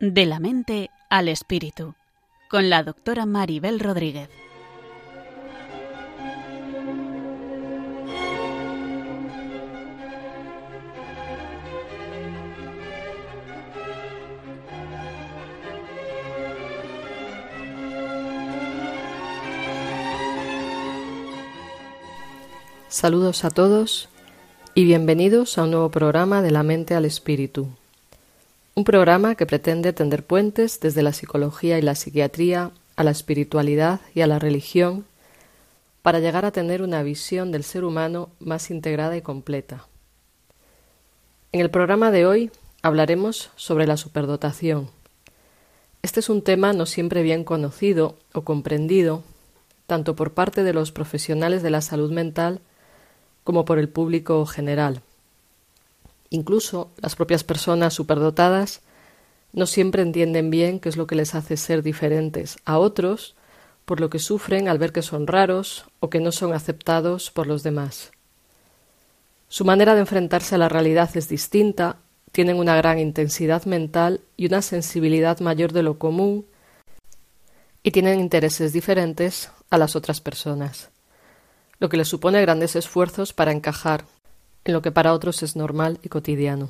De la mente al espíritu, con la doctora Maribel Rodríguez. Saludos a todos y bienvenidos a un nuevo programa de la mente al espíritu. Un programa que pretende tender puentes desde la psicología y la psiquiatría a la espiritualidad y a la religión para llegar a tener una visión del ser humano más integrada y completa. En el programa de hoy hablaremos sobre la superdotación. Este es un tema no siempre bien conocido o comprendido, tanto por parte de los profesionales de la salud mental como por el público general. Incluso las propias personas superdotadas no siempre entienden bien qué es lo que les hace ser diferentes a otros, por lo que sufren al ver que son raros o que no son aceptados por los demás. Su manera de enfrentarse a la realidad es distinta, tienen una gran intensidad mental y una sensibilidad mayor de lo común y tienen intereses diferentes a las otras personas, lo que les supone grandes esfuerzos para encajar en lo que para otros es normal y cotidiano.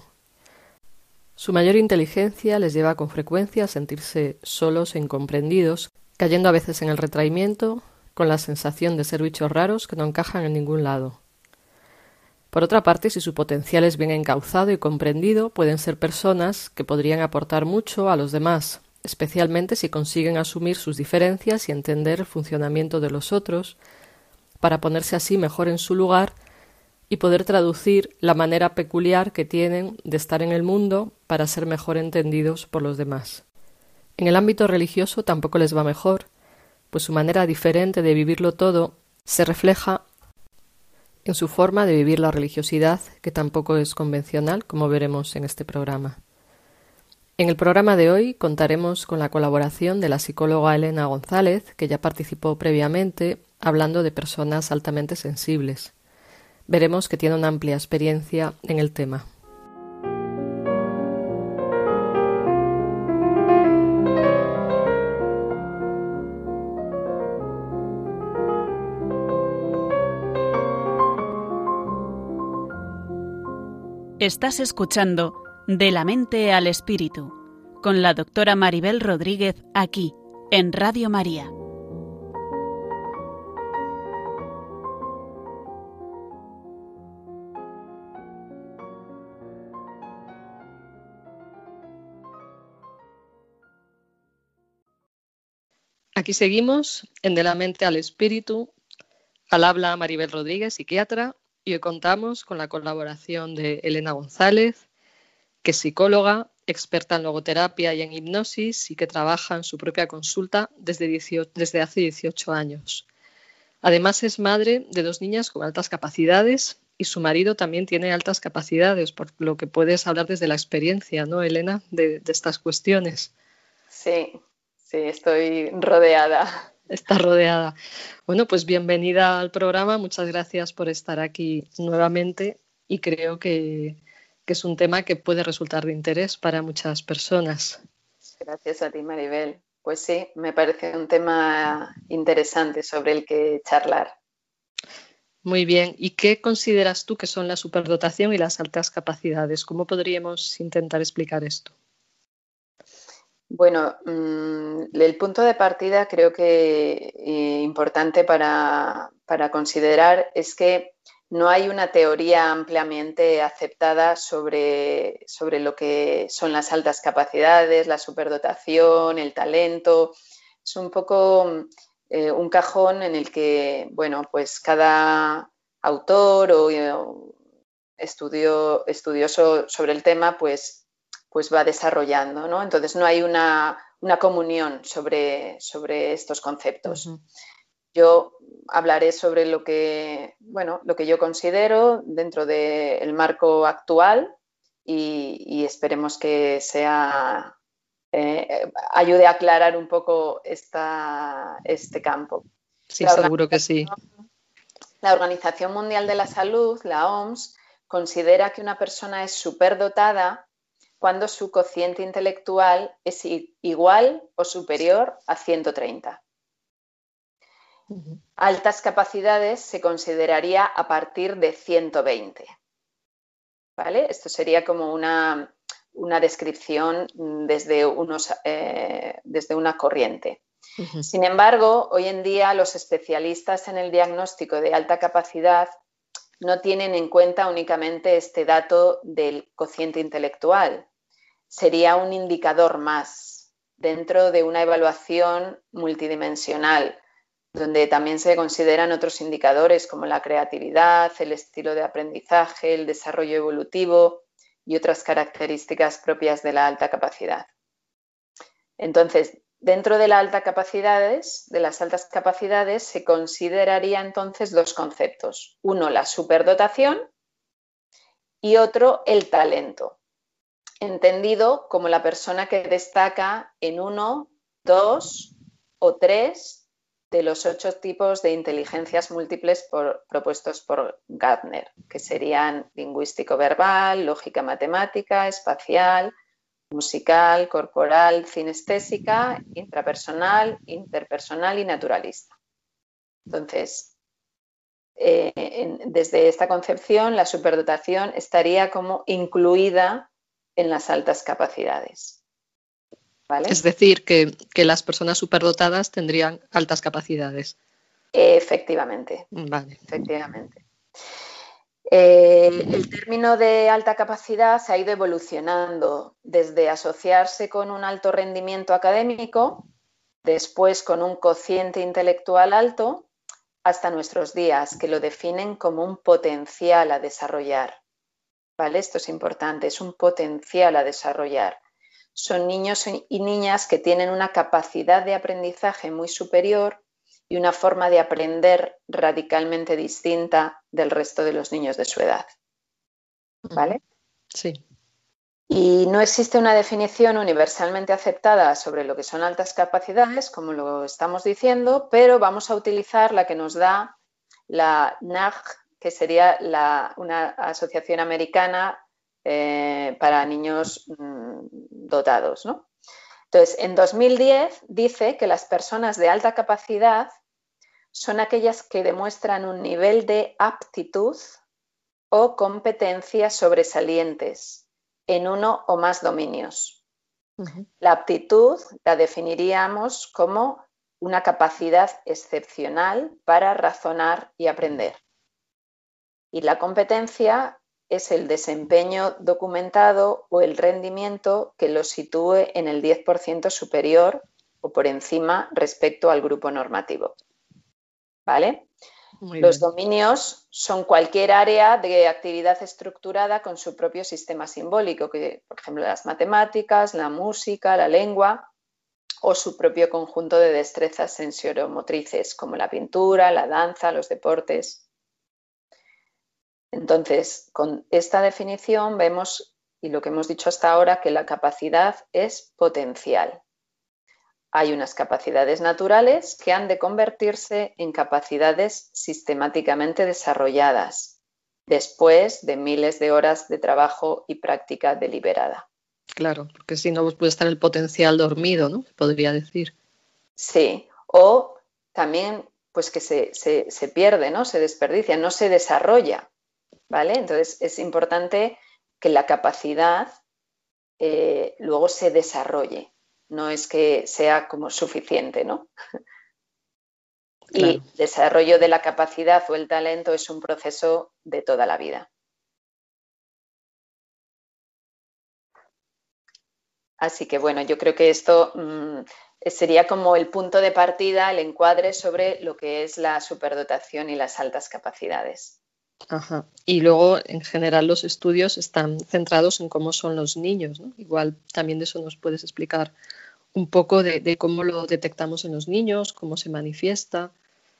Su mayor inteligencia les lleva con frecuencia a sentirse solos e incomprendidos, cayendo a veces en el retraimiento, con la sensación de ser bichos raros que no encajan en ningún lado. Por otra parte, si su potencial es bien encauzado y comprendido, pueden ser personas que podrían aportar mucho a los demás, especialmente si consiguen asumir sus diferencias y entender el funcionamiento de los otros, para ponerse así mejor en su lugar y poder traducir la manera peculiar que tienen de estar en el mundo para ser mejor entendidos por los demás. En el ámbito religioso tampoco les va mejor, pues su manera diferente de vivirlo todo se refleja en su forma de vivir la religiosidad, que tampoco es convencional, como veremos en este programa. En el programa de hoy contaremos con la colaboración de la psicóloga Elena González, que ya participó previamente hablando de personas altamente sensibles. Veremos que tiene una amplia experiencia en el tema. Estás escuchando De la mente al espíritu, con la doctora Maribel Rodríguez, aquí, en Radio María. Aquí seguimos en De la mente al espíritu. Al habla Maribel Rodríguez, psiquiatra, y hoy contamos con la colaboración de Elena González, que es psicóloga, experta en logoterapia y en hipnosis y que trabaja en su propia consulta desde hace 18 años. Además es madre de 2 niñas con altas capacidades y su marido también tiene altas capacidades, por lo que puedes hablar desde la experiencia, ¿no, Elena?, de estas cuestiones. Sí, estoy rodeada. Estás rodeada. Bueno, pues bienvenida al programa. Muchas gracias por estar aquí nuevamente y creo que es un tema que puede resultar de interés para muchas personas. Gracias a ti, Maribel. Pues sí, me parece un tema interesante sobre el que charlar. Muy bien. ¿Y qué consideras tú que son la superdotación y las altas capacidades? ¿Cómo podríamos intentar explicar esto? Bueno, el punto de partida creo que importante para considerar es que no hay una teoría ampliamente aceptada sobre lo que son las altas capacidades, la superdotación, el talento. Es un poco un cajón en el que, bueno, pues cada autor o estudioso sobre el tema, pues va desarrollando, ¿no? Entonces no hay una comunión sobre estos conceptos. Uh-huh. Yo hablaré sobre lo que yo considero dentro del marco actual y esperemos que sea ayude a aclarar un poco este campo. Sí, seguro que sí. La Organización Mundial de la Salud, la OMS, considera que una persona es superdotada cuando su cociente intelectual es igual o superior a 130. Altas capacidades se consideraría a partir de 120. ¿Vale? Esto sería como una descripción desde una corriente. Sin embargo, hoy en día los especialistas en el diagnóstico de alta capacidad no tienen en cuenta únicamente este dato del cociente intelectual. Sería un indicador más dentro de una evaluación multidimensional, donde también se consideran otros indicadores como la creatividad, el estilo de aprendizaje, el desarrollo evolutivo y otras características propias de la alta capacidad. Entonces, dentro de las altas capacidades, se consideraría entonces dos conceptos. Uno, la superdotación y otro, el talento, entendido como la persona que destaca en 1, 2 o 3 de los 8 tipos de inteligencias múltiples propuestos por Gardner, que serían lingüístico-verbal, lógica matemática, espacial, musical, corporal, cinestésica, intrapersonal, interpersonal y naturalista. Entonces, desde esta concepción, la superdotación estaría como incluida en las altas capacidades. ¿Vale? Es decir, que las personas superdotadas tendrían altas capacidades. Efectivamente. Vale. Efectivamente. El término de alta capacidad ha ido evolucionando desde asociarse con un alto rendimiento académico, después con un cociente intelectual alto, hasta nuestros días, que lo definen como un potencial a desarrollar. ¿Vale? Esto es importante, es un potencial a desarrollar. Son niños y niñas que tienen una capacidad de aprendizaje muy superior y una forma de aprender radicalmente distinta del resto de los niños de su edad. ¿Vale? Sí. Y no existe una definición universalmente aceptada sobre lo que son altas capacidades, como lo estamos diciendo, pero vamos a utilizar la que nos da la NAG, que sería una asociación americana para niños dotados, ¿no? Entonces, en 2010 dice que las personas de alta capacidad son aquellas que demuestran un nivel de aptitud o competencias sobresalientes en uno o más dominios. La aptitud la definiríamos como una capacidad excepcional para razonar y aprender. Y la competencia es el desempeño documentado o el rendimiento que lo sitúe en el 10% superior o por encima respecto al grupo normativo. ¿Vale? Los dominios son cualquier área de actividad estructurada con su propio sistema simbólico, que, por ejemplo, las matemáticas, la música, la lengua, o su propio conjunto de destrezas sensoromotrices, como la pintura, la danza, los deportes. Entonces, con esta definición vemos, y lo que hemos dicho hasta ahora, que la capacidad es potencial. Hay unas capacidades naturales que han de convertirse en capacidades sistemáticamente desarrolladas, después de miles de horas de trabajo y práctica deliberada. Claro, porque si no, pues puede estar el potencial dormido, ¿no? Se podría decir. Sí, o también pues que se pierde, ¿no? Se desperdicia, no se desarrolla. ¿Vale? Entonces, es importante que la capacidad luego se desarrolle, no es que sea como suficiente, ¿no? Claro. Y el desarrollo de la capacidad o el talento es un proceso de toda la vida. Así que, bueno, yo creo que esto sería como el punto de partida, el encuadre sobre lo que es la superdotación y las altas capacidades. Ajá. Y luego, en general, los estudios están centrados en cómo son los niños, ¿no? Igual también de eso nos puedes explicar un poco de cómo lo detectamos en los niños, cómo se manifiesta.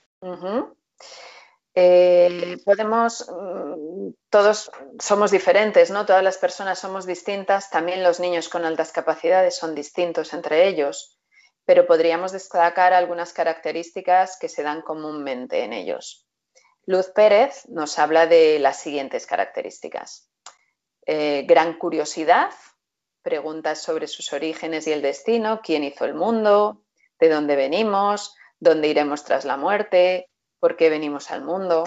Todos somos diferentes, ¿no? Todas las personas somos distintas, también los niños con altas capacidades son distintos entre ellos, pero podríamos destacar algunas características que se dan comúnmente en ellos. Luz Pérez nos habla de las siguientes características. Gran curiosidad, preguntas sobre sus orígenes y el destino, quién hizo el mundo, de dónde venimos, dónde iremos tras la muerte, por qué venimos al mundo.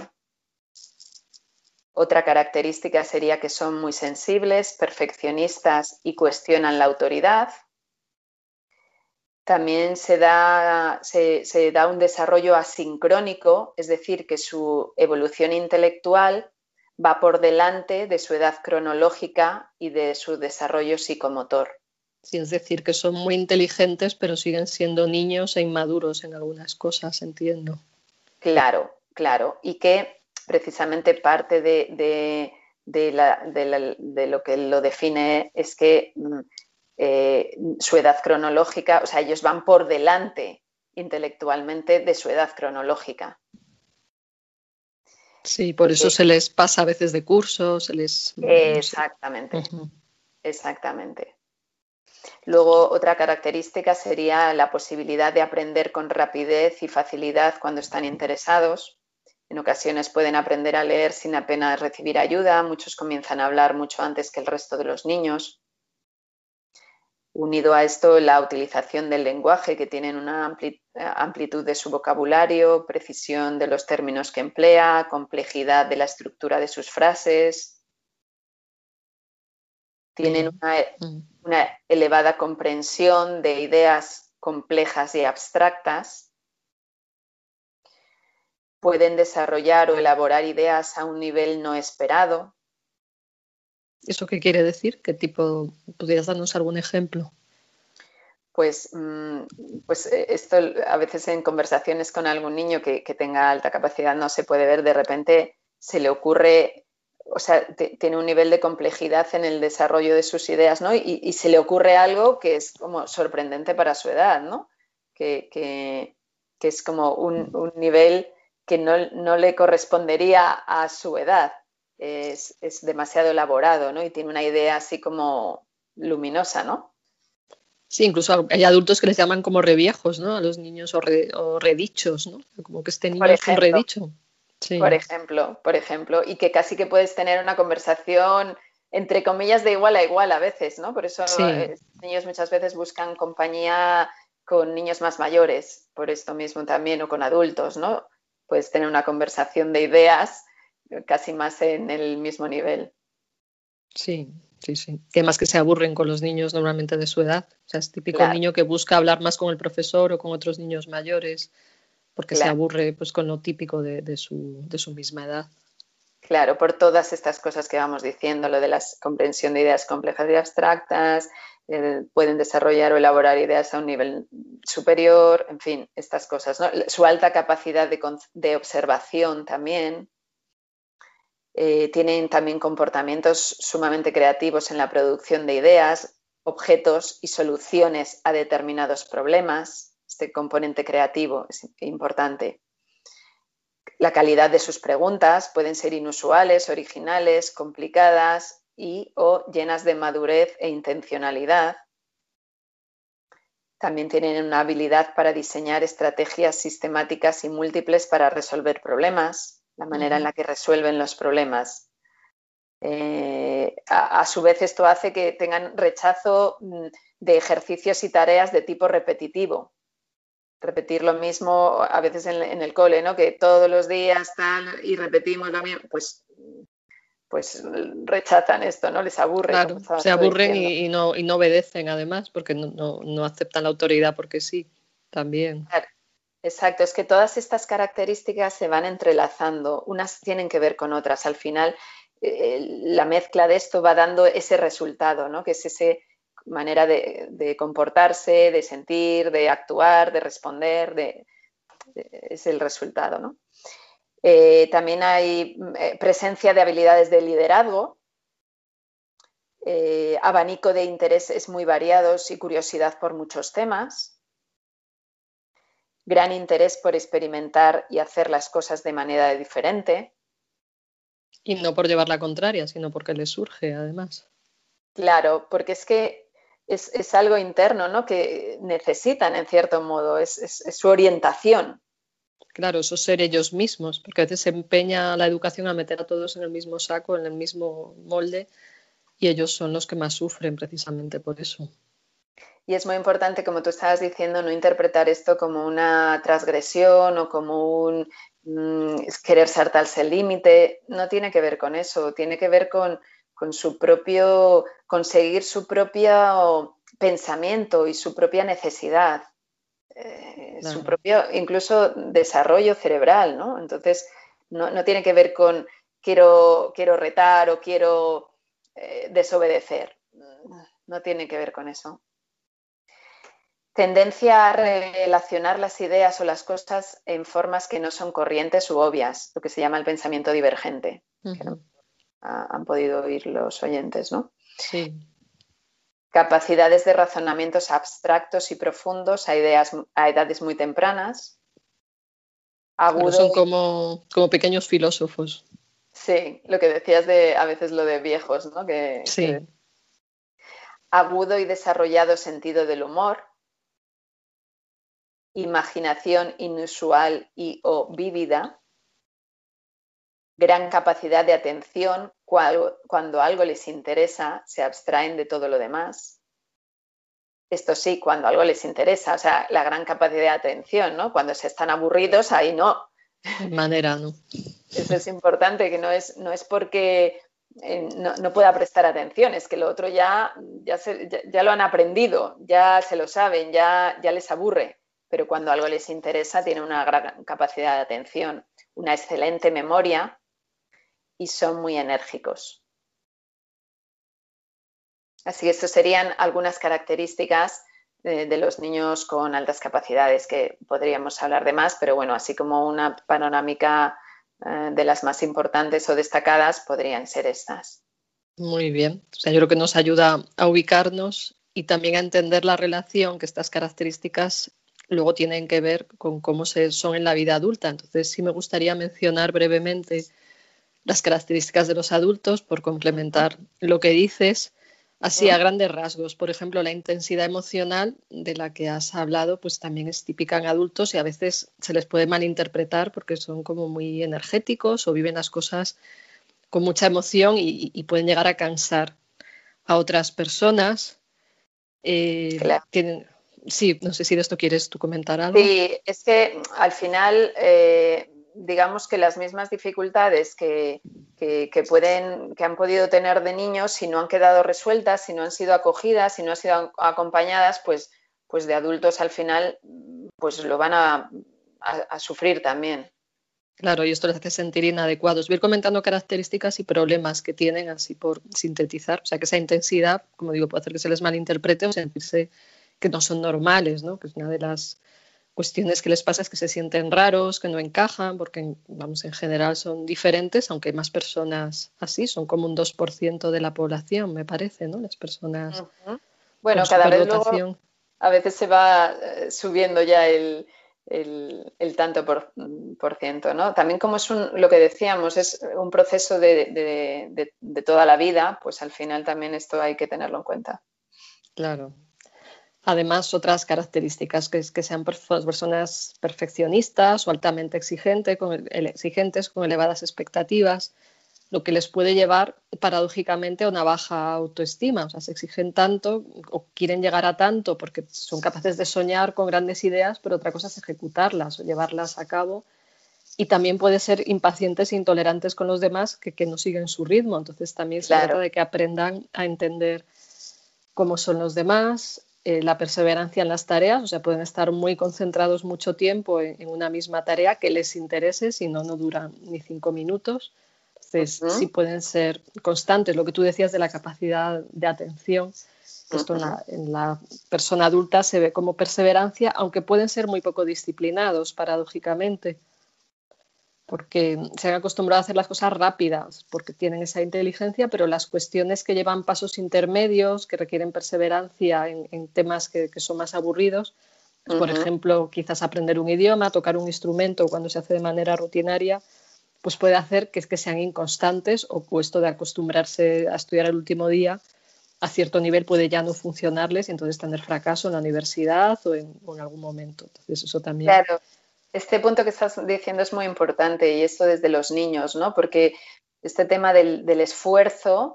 Otra característica sería que son muy sensibles, perfeccionistas y cuestionan la autoridad. También se da un desarrollo asincrónico, es decir, que su evolución intelectual va por delante de su edad cronológica y de su desarrollo psicomotor. Sí, es decir, que son muy inteligentes, pero siguen siendo niños e inmaduros en algunas cosas, entiendo. Claro, claro. Y que precisamente parte de lo que lo define es que su edad cronológica, o sea, ellos van por delante intelectualmente de su edad cronológica. Sí, por eso se les pasa a veces de curso, se les... Exactamente, no sé. Exactamente. Luego, otra característica sería la posibilidad de aprender con rapidez y facilidad cuando están interesados. En ocasiones pueden aprender a leer sin apenas recibir ayuda. Muchos comienzan a hablar mucho antes que el resto de los niños. Unido a esto, la utilización del lenguaje, que tienen una amplitud de su vocabulario, precisión de los términos que emplea, complejidad de la estructura de sus frases. Tienen una elevada comprensión de ideas complejas y abstractas. Pueden desarrollar o elaborar ideas a un nivel no esperado. ¿Eso qué quiere decir? ¿Qué tipo? ¿Podrías darnos algún ejemplo? Pues esto a veces en conversaciones con algún niño que tenga alta capacidad no se puede ver, de repente se le ocurre, o sea, tiene un nivel de complejidad en el desarrollo de sus ideas, ¿no? Y se le ocurre algo que es como sorprendente para su edad, ¿no? Que es como un nivel que no le correspondería a su edad. Es demasiado elaborado, ¿no? Y tiene una idea así como luminosa, ¿no? Sí, incluso hay adultos que les llaman como reviejos, ¿no? A los niños o redichos, ¿no? Como que este niño es un redicho. Sí. Por ejemplo, y que casi que puedes tener una conversación entre comillas de igual a igual a veces, ¿no? Por eso los niños muchas veces buscan compañía con niños más mayores, por esto mismo también, o con adultos, ¿no? Puedes tener una conversación de ideas casi más en el mismo nivel. Sí. Y además que se aburren con los niños normalmente de su edad. O sea, es típico niño que busca hablar más con el profesor o con otros niños mayores porque se aburre pues con lo típico de su misma edad. Claro, por todas estas cosas que vamos diciendo, lo de la comprensión de ideas complejas y abstractas, pueden desarrollar o elaborar ideas a un nivel superior, en fin, estas cosas, ¿no? Su alta capacidad de observación también. Tienen también comportamientos sumamente creativos en la producción de ideas, objetos y soluciones a determinados problemas. Este componente creativo es importante. La calidad de sus preguntas pueden ser inusuales, originales, complicadas o llenas de madurez e intencionalidad. También tienen una habilidad para diseñar estrategias sistemáticas y múltiples para resolver problemas, la manera en la que resuelven los problemas. A su vez, esto hace que tengan rechazo de ejercicios y tareas de tipo repetitivo. Repetir lo mismo a veces en el cole, ¿no? Que todos los días tal y repetimos lo mismo, pues rechazan esto, ¿no? Les aburre. Claro, se aburren y no obedecen además porque no aceptan la autoridad porque sí, también. Claro, exacto, es que todas estas características se van entrelazando, unas tienen que ver con otras. Al final, la mezcla de esto va dando ese resultado, ¿no? Que es esa manera de comportarse, de sentir, de actuar, de responder, es el resultado, ¿no? También hay presencia de habilidades de liderazgo, abanico de intereses muy variados y curiosidad por muchos temas, gran interés por experimentar y hacer las cosas de manera diferente. Y no por llevar la contraria, sino porque les surge, además. Claro, porque es que es algo interno, ¿no? Que necesitan, en cierto modo, es su orientación. Claro, eso ser ellos mismos, porque a veces se empeña la educación a meter a todos en el mismo saco, en el mismo molde, y ellos son los que más sufren precisamente por eso. Y es muy importante, como tú estabas diciendo, no interpretar esto como una transgresión o como un querer saltarse el límite. No tiene que ver con eso, tiene que ver con su propio, conseguir su propio pensamiento y su propia necesidad, su Claro. propio incluso desarrollo cerebral, ¿no? Entonces, no tiene que ver con quiero retar o quiero desobedecer. No tiene que ver con eso. Tendencia a relacionar las ideas o las cosas en formas que no son corrientes u obvias, lo que se llama el pensamiento divergente, que no han podido oír los oyentes, ¿no? Sí. Capacidades de razonamientos abstractos y profundos a edades muy tempranas. Claro, Agudo, son como pequeños filósofos. sí, lo que decías a veces lo de viejos, ¿no? Sí. Agudo y desarrollado sentido del humor, imaginación inusual y o vívida, gran capacidad de atención, cuando algo les interesa, se abstraen de todo lo demás. Esto sí, cuando algo les interesa, o sea, la gran capacidad de atención, ¿no? Cuando se están aburridos, ahí no. De manera, ¿no? Eso es importante, que no es porque no pueda prestar atención, es que lo otro ya lo han aprendido, ya se lo saben, ya les aburre, pero cuando algo les interesa tienen una gran capacidad de atención, una excelente memoria y son muy enérgicos. Así que estas serían algunas características de los niños con altas capacidades, que podríamos hablar de más, pero bueno, así como una panorámica de las más importantes o destacadas podrían ser estas. Muy bien. O sea, yo creo que nos ayuda a ubicarnos y también a entender la relación que estas características luego tienen que ver con cómo son en la vida adulta. Entonces, sí me gustaría mencionar brevemente las características de los adultos por complementar lo que dices, así a grandes rasgos. Por ejemplo, la intensidad emocional de la que has hablado, pues también es típica en adultos y a veces se les puede malinterpretar porque son como muy energéticos o viven las cosas con mucha emoción y pueden llegar a cansar a otras personas. Claro. Sí, no sé si de esto quieres tú comentar algo. Sí, es que al final, digamos que las mismas dificultades que han podido tener de niños, si no han quedado resueltas, si no han sido acogidas, si no han sido acompañadas, pues de adultos al final pues lo van a sufrir también. Claro, y esto les hace sentir inadecuados. Voy a ir comentando características y problemas que tienen, así por sintetizar. O sea, que esa intensidad, como digo, puede hacer que se les malinterprete o sentirse que no son normales, ¿no? Que es una de las cuestiones que les pasa, es que se sienten raros, que no encajan, porque, vamos, en general son diferentes, aunque hay más personas así, son como un 2% de la población, me parece, ¿no? Las personas con Bueno, cada vez luego superdotación. a veces se va subiendo ya el tanto por ciento, ¿no? También como es lo que decíamos, es un proceso de toda la vida, pues al final también esto hay que tenerlo en cuenta. Claro. Además, otras características que es que sean personas perfeccionistas o altamente exigentes con elevadas expectativas, lo que les puede llevar paradójicamente a una baja autoestima. O sea, se exigen tanto o quieren llegar a tanto porque son capaces de soñar con grandes ideas, pero otra cosa es ejecutarlas o llevarlas a cabo. Y también puede ser impacientes e intolerantes con los demás que no siguen su ritmo. Entonces también se trata Claro. de que aprendan a entender cómo son los demás, la perseverancia en las tareas, o sea, pueden estar muy concentrados mucho tiempo en una misma tarea que les interese, si no, no duran ni 5 minutos. Entonces, sí pueden ser constantes. Lo que tú decías de la capacidad de atención, que esto en la persona adulta se ve como perseverancia, aunque pueden ser muy poco disciplinados, paradójicamente, porque se han acostumbrado a hacer las cosas rápidas, porque tienen esa inteligencia, pero las cuestiones que llevan pasos intermedios, que requieren perseverancia en temas que son más aburridos, pues, por ejemplo, quizás aprender un idioma, tocar un instrumento cuando se hace de manera rutinaria, pues puede hacer que sean inconstantes o esto de acostumbrarse a estudiar el último día a cierto nivel puede ya no funcionarles y entonces tener fracaso en la universidad o en algún momento. Entonces eso también. Claro. Este punto que estás diciendo es muy importante y esto desde los niños, ¿no? Porque este tema del esfuerzo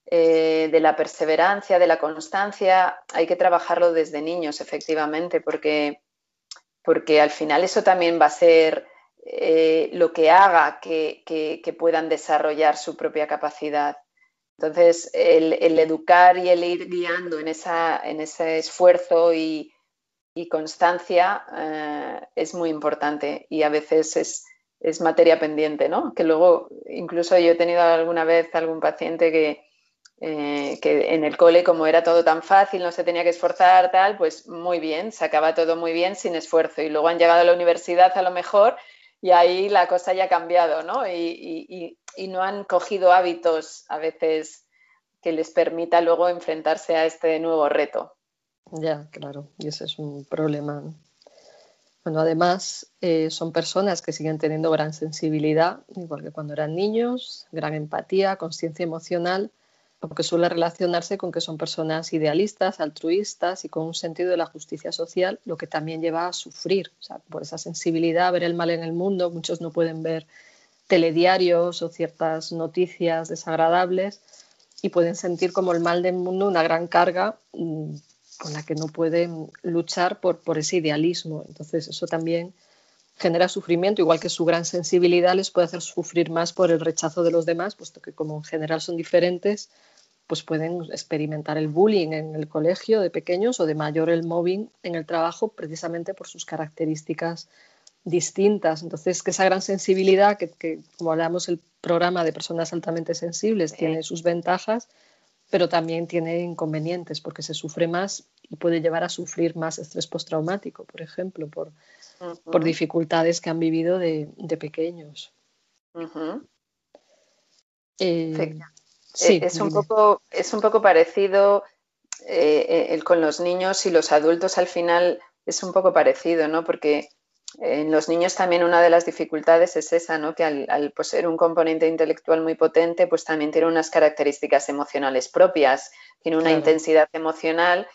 de la perseverancia, de la constancia, hay que trabajarlo desde niños, efectivamente, porque al final eso también va a ser lo que haga que puedan desarrollar su propia capacidad. Entonces, el educar y el ir guiando en ese esfuerzo y constancia es muy importante, y a veces es materia pendiente, ¿no? Que luego, incluso yo he tenido alguna vez algún paciente que en el cole, como era todo tan fácil, no se tenía que esforzar, tal, pues muy bien, se acaba todo muy bien sin esfuerzo. Y luego han llegado a la universidad a lo mejor y ahí la cosa ya ha cambiado, ¿no? Y no han cogido hábitos a veces que les permita luego enfrentarse a este nuevo reto. Ya, claro, y ese es un problema. Bueno, además son personas que siguen teniendo gran sensibilidad, igual que cuando eran niños, gran empatía, consciencia emocional, lo que suele relacionarse con que son personas idealistas, altruistas y con un sentido de la justicia social, lo que también lleva a sufrir, o sea, por esa sensibilidad, ver el mal en el mundo. Muchos no pueden ver telediarios o ciertas noticias desagradables y pueden sentir como el mal del mundo una gran carga con la que no pueden luchar por ese idealismo. Entonces eso también genera sufrimiento, igual que su gran sensibilidad les puede hacer sufrir más por el rechazo de los demás, puesto que como en general son diferentes, pues pueden experimentar el bullying en el colegio de pequeños o de mayor el mobbing en el trabajo, precisamente por sus características distintas. Entonces, que esa gran sensibilidad, que como hablamos el programa de personas altamente sensibles, tiene sus ventajas, pero también tiene inconvenientes porque se sufre más y puede llevar a sufrir más estrés postraumático, por ejemplo, por dificultades que han vivido de pequeños. Sí, es un poco parecido con los niños y los adultos. Al final es un poco parecido, ¿no? Porque en los niños también una de las dificultades es esa, ¿no? Que al poseer un componente intelectual muy potente, pues también tiene unas características emocionales propias, tiene una intensidad emocional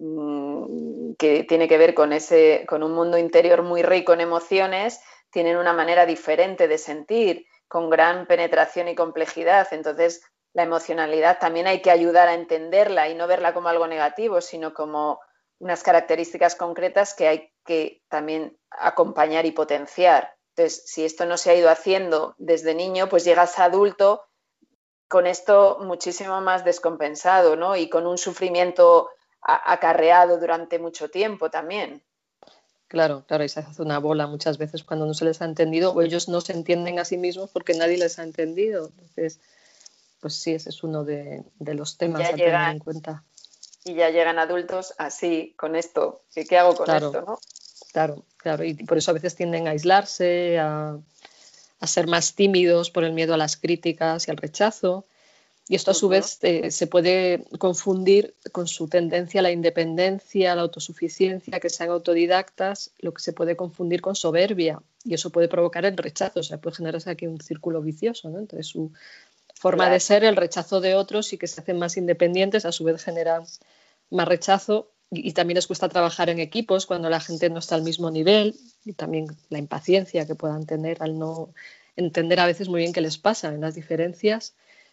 que tiene que ver con un mundo interior muy rico en emociones, tienen una manera diferente de sentir, con gran penetración y complejidad. Entonces, la emocionalidad también hay que ayudar a entenderla y no verla como algo negativo, sino como unas características concretas que hay que también acompañar y potenciar. Entonces, si esto no se ha ido haciendo desde niño, pues llegas a adulto con esto muchísimo más descompensado, ¿no? Y con un sufrimiento acarreado durante mucho tiempo también. Claro, claro, y se hace una bola muchas veces cuando no se les ha entendido o ellos no se entienden a sí mismos porque nadie les ha entendido. Entonces, pues sí, ese es uno de los temas a tener en cuenta. Y ya llegan adultos así, con esto. ¿Qué hago con esto, no? Claro. Y por eso a veces tienden a aislarse, a ser más tímidos por el miedo a las críticas y al rechazo. Y esto a su vez se puede confundir con su tendencia a la independencia, a la autosuficiencia, que sean autodidactas, lo que se puede confundir con soberbia. Y eso puede provocar el rechazo, o sea, puede generarse aquí un círculo vicioso, ¿no? Entonces su forma de ser, el rechazo de otros, y que se hacen más independientes, a su vez genera más rechazo. Y también les cuesta trabajar en equipos cuando la gente no está al mismo nivel, y también la impaciencia que puedan tener al no entender a veces muy bien qué les pasa en las diferencias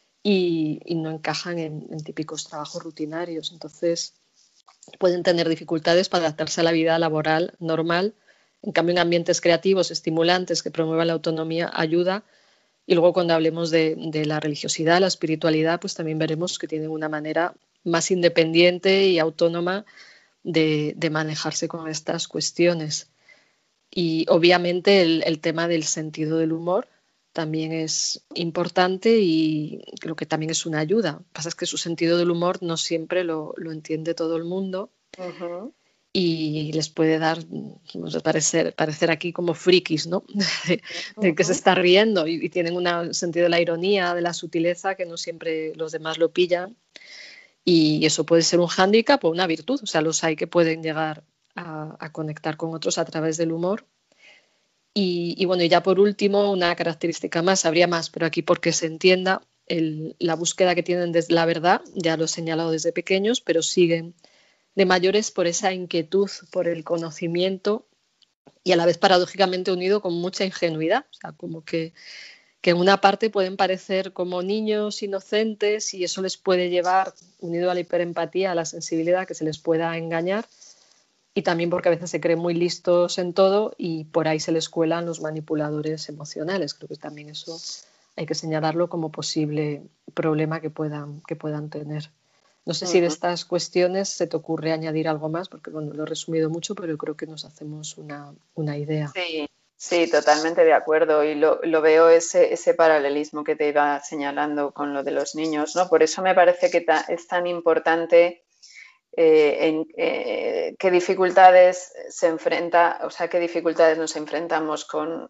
y no encajan en típicos trabajos rutinarios. Entonces pueden tener dificultades para adaptarse a la vida laboral normal. En cambio, en ambientes creativos, estimulantes, que promuevan la autonomía, ayuda. Y luego cuando hablemos de la religiosidad, la espiritualidad, pues también veremos que tienen una manera más independiente y autónoma de manejarse con estas cuestiones. Y obviamente el tema del sentido del humor también es importante y creo que también es una ayuda. Lo que pasa es que su sentido del humor no siempre lo entiende todo el mundo y les puede dar, parecer aquí como frikis, ¿no? de que se está riendo y tienen un sentido de la ironía, de la sutileza que no siempre los demás lo pillan. Y eso puede ser un hándicap o una virtud. O sea, los hay que pueden llegar a conectar con otros a través del humor. Y bueno, y ya por último, una característica más, habría más, pero aquí porque se entienda, la búsqueda que tienen desde la verdad, ya lo he señalado desde pequeños, pero siguen de mayores por esa inquietud, por el conocimiento y a la vez paradójicamente unido con mucha ingenuidad. O sea, como que que en una parte pueden parecer como niños inocentes y eso les puede llevar, unido a la hiperempatía, a la sensibilidad, que se les pueda engañar, y también porque a veces se creen muy listos en todo y por ahí se les cuelan los manipuladores emocionales. Creo que también eso hay que señalarlo como posible problema que puedan tener. No sé si de estas cuestiones se te ocurre añadir algo más, porque bueno, lo he resumido mucho, pero creo que nos hacemos una idea. Sí, sí, totalmente de acuerdo. Y lo veo ese paralelismo que te iba señalando con lo de los niños, ¿no? Por eso me parece que es tan importante qué dificultades se enfrenta, o sea, qué dificultades nos enfrentamos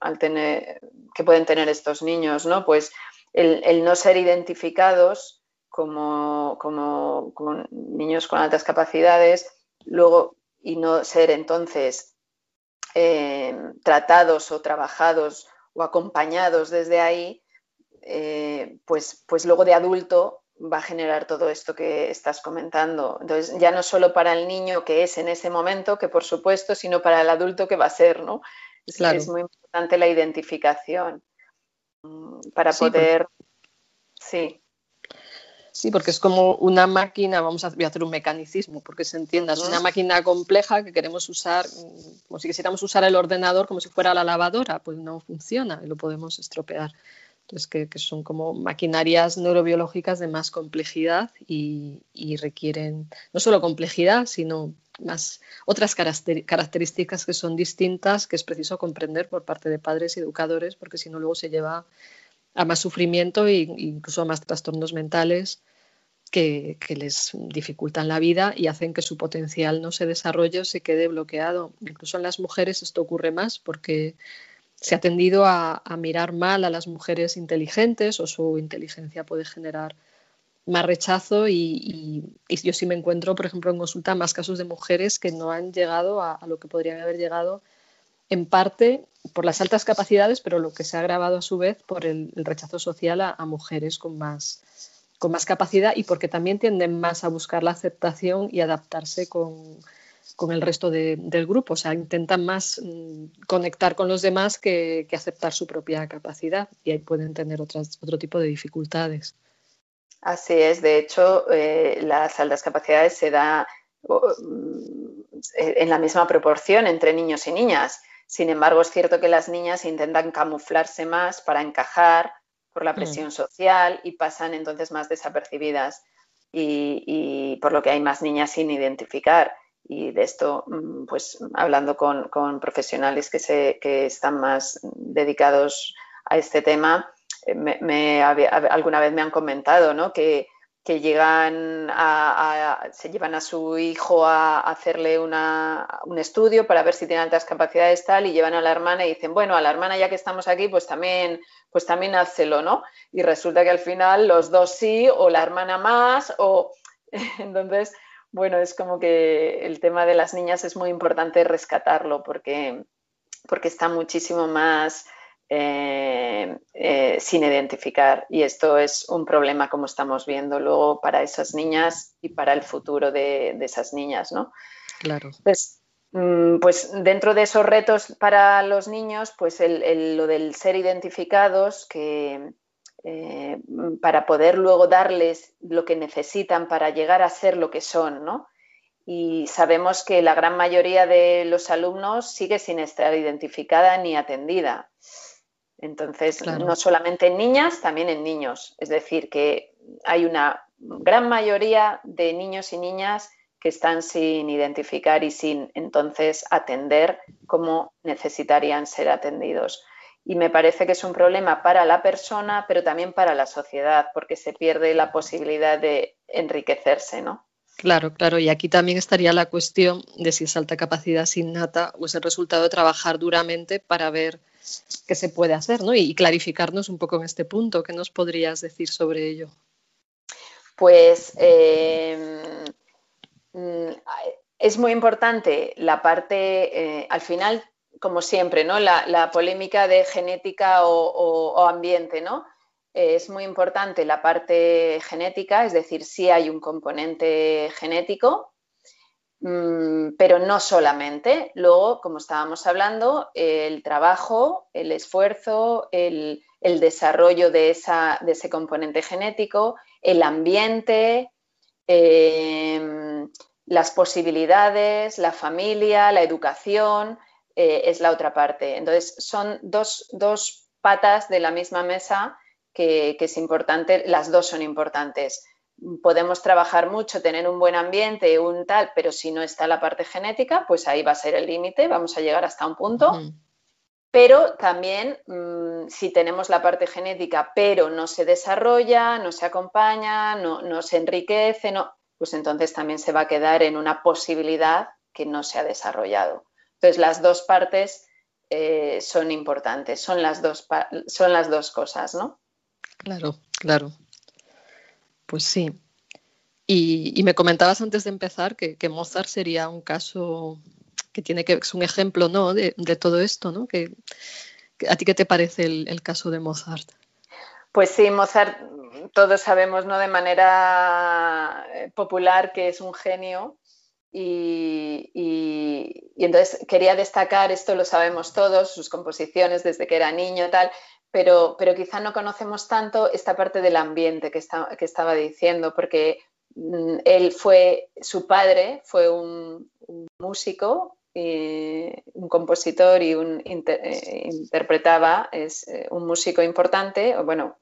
que pueden tener estos niños, ¿no? Pues el no ser identificados como niños con altas capacidades, luego, y no ser entonces tratados o trabajados o acompañados desde ahí, pues luego de adulto va a generar todo esto que estás comentando. Entonces, ya no solo para el niño que es en ese momento, que por supuesto, sino para el adulto que va a ser, ¿no? Claro. Es muy importante la identificación para Sí, poder... Sí. Sí, porque es como una máquina, voy a hacer un mecanicismo, porque se entienda, es una máquina compleja que queremos usar, como si quisiéramos usar el ordenador como si fuera la lavadora, pues no funciona y lo podemos estropear. Entonces, que son como maquinarias neurobiológicas de más complejidad y requieren no solo complejidad, sino más otras características que son distintas, que es preciso comprender por parte de padres y educadores, porque si no luego se lleva a más sufrimiento e incluso a más trastornos mentales que les dificultan la vida y hacen que su potencial no se desarrolle o se quede bloqueado. Incluso en las mujeres esto ocurre más porque se ha tendido a mirar mal a las mujeres inteligentes o su inteligencia puede generar más rechazo y yo sí me encuentro, por ejemplo, en consulta más casos de mujeres que no han llegado a lo que podrían haber llegado en parte por las altas capacidades, pero lo que se ha agravado a su vez por el rechazo social a mujeres con más capacidad y porque también tienden más a buscar la aceptación y adaptarse con el resto del grupo. O sea, intentan más conectar con los demás que aceptar su propia capacidad y ahí pueden tener otro tipo de dificultades. Así es. De hecho, las altas capacidades se da en la misma proporción entre niños y niñas. Sin embargo, es cierto que las niñas intentan camuflarse más para encajar por la presión social y pasan entonces más desapercibidas y por lo que hay más niñas sin identificar. Y de esto, pues hablando con profesionales que están más dedicados a este tema, alguna vez me han comentado, ¿no? que llegan se llevan a su hijo a hacerle un estudio para ver si tiene altas capacidades tal y llevan a la hermana y dicen, bueno, a la hermana ya que estamos aquí, pues también házelo, ¿no? Y resulta que al final los dos sí, o la hermana más, o entonces, bueno, es como que el tema de las niñas es muy importante rescatarlo porque está muchísimo más sin identificar y esto es un problema como estamos viendo luego para esas niñas y para el futuro de esas niñas, ¿no? Claro. Pues dentro de esos retos para los niños, pues lo del ser identificados, que para poder luego darles lo que necesitan para llegar a ser lo que son, ¿no? Y sabemos que la gran mayoría de los alumnos sigue sin estar identificada ni atendida. Entonces, Claro. no solamente en niñas, también en niños. Es decir, que hay una gran mayoría de niños y niñas que están sin identificar y sin entonces atender como necesitarían ser atendidos. Y me parece que es un problema para la persona, pero también para la sociedad, porque se pierde la posibilidad de enriquecerse, ¿no? Claro, claro. Y aquí también estaría la cuestión de si es alta capacidad innata o es el resultado de trabajar duramente para ver qué se puede hacer, ¿no? Y clarificarnos un poco en este punto. ¿Qué nos podrías decir sobre ello? Pues es muy importante la parte, al final, como siempre, ¿no? La polémica de genética o ambiente, ¿no? Es muy importante la parte genética, es decir, sí hay un componente genético, pero no solamente. Luego, como estábamos hablando, el trabajo, el esfuerzo, el el desarrollo de ese componente genético, el ambiente, las posibilidades, la familia, la educación, es la otra parte. Entonces, son dos patas de la misma mesa que es importante, las dos son importantes. Podemos trabajar mucho, tener un buen ambiente, un tal, pero si no está la parte genética, pues ahí va a ser el límite, vamos a llegar hasta un punto. Pero también, si tenemos la parte genética, pero no se desarrolla, no se acompaña, no se enriquece, pues entonces también se va a quedar en una posibilidad que no se ha desarrollado. Entonces, las dos partes son importantes, son las dos cosas, ¿no? Claro, claro. Pues sí. Y me comentabas antes de empezar que Mozart sería un caso es un ejemplo, ¿no?, de todo esto, ¿no? ¿A ti qué te parece el caso de Mozart? Pues sí, Mozart, todos sabemos, ¿no?, de manera popular que es un genio. Y entonces quería destacar, esto lo sabemos todos, sus composiciones desde que era niño, tal, pero quizá no conocemos tanto esta parte del ambiente que estaba diciendo, porque su padre fue un músico, un compositor y interpretaba, es un músico importante,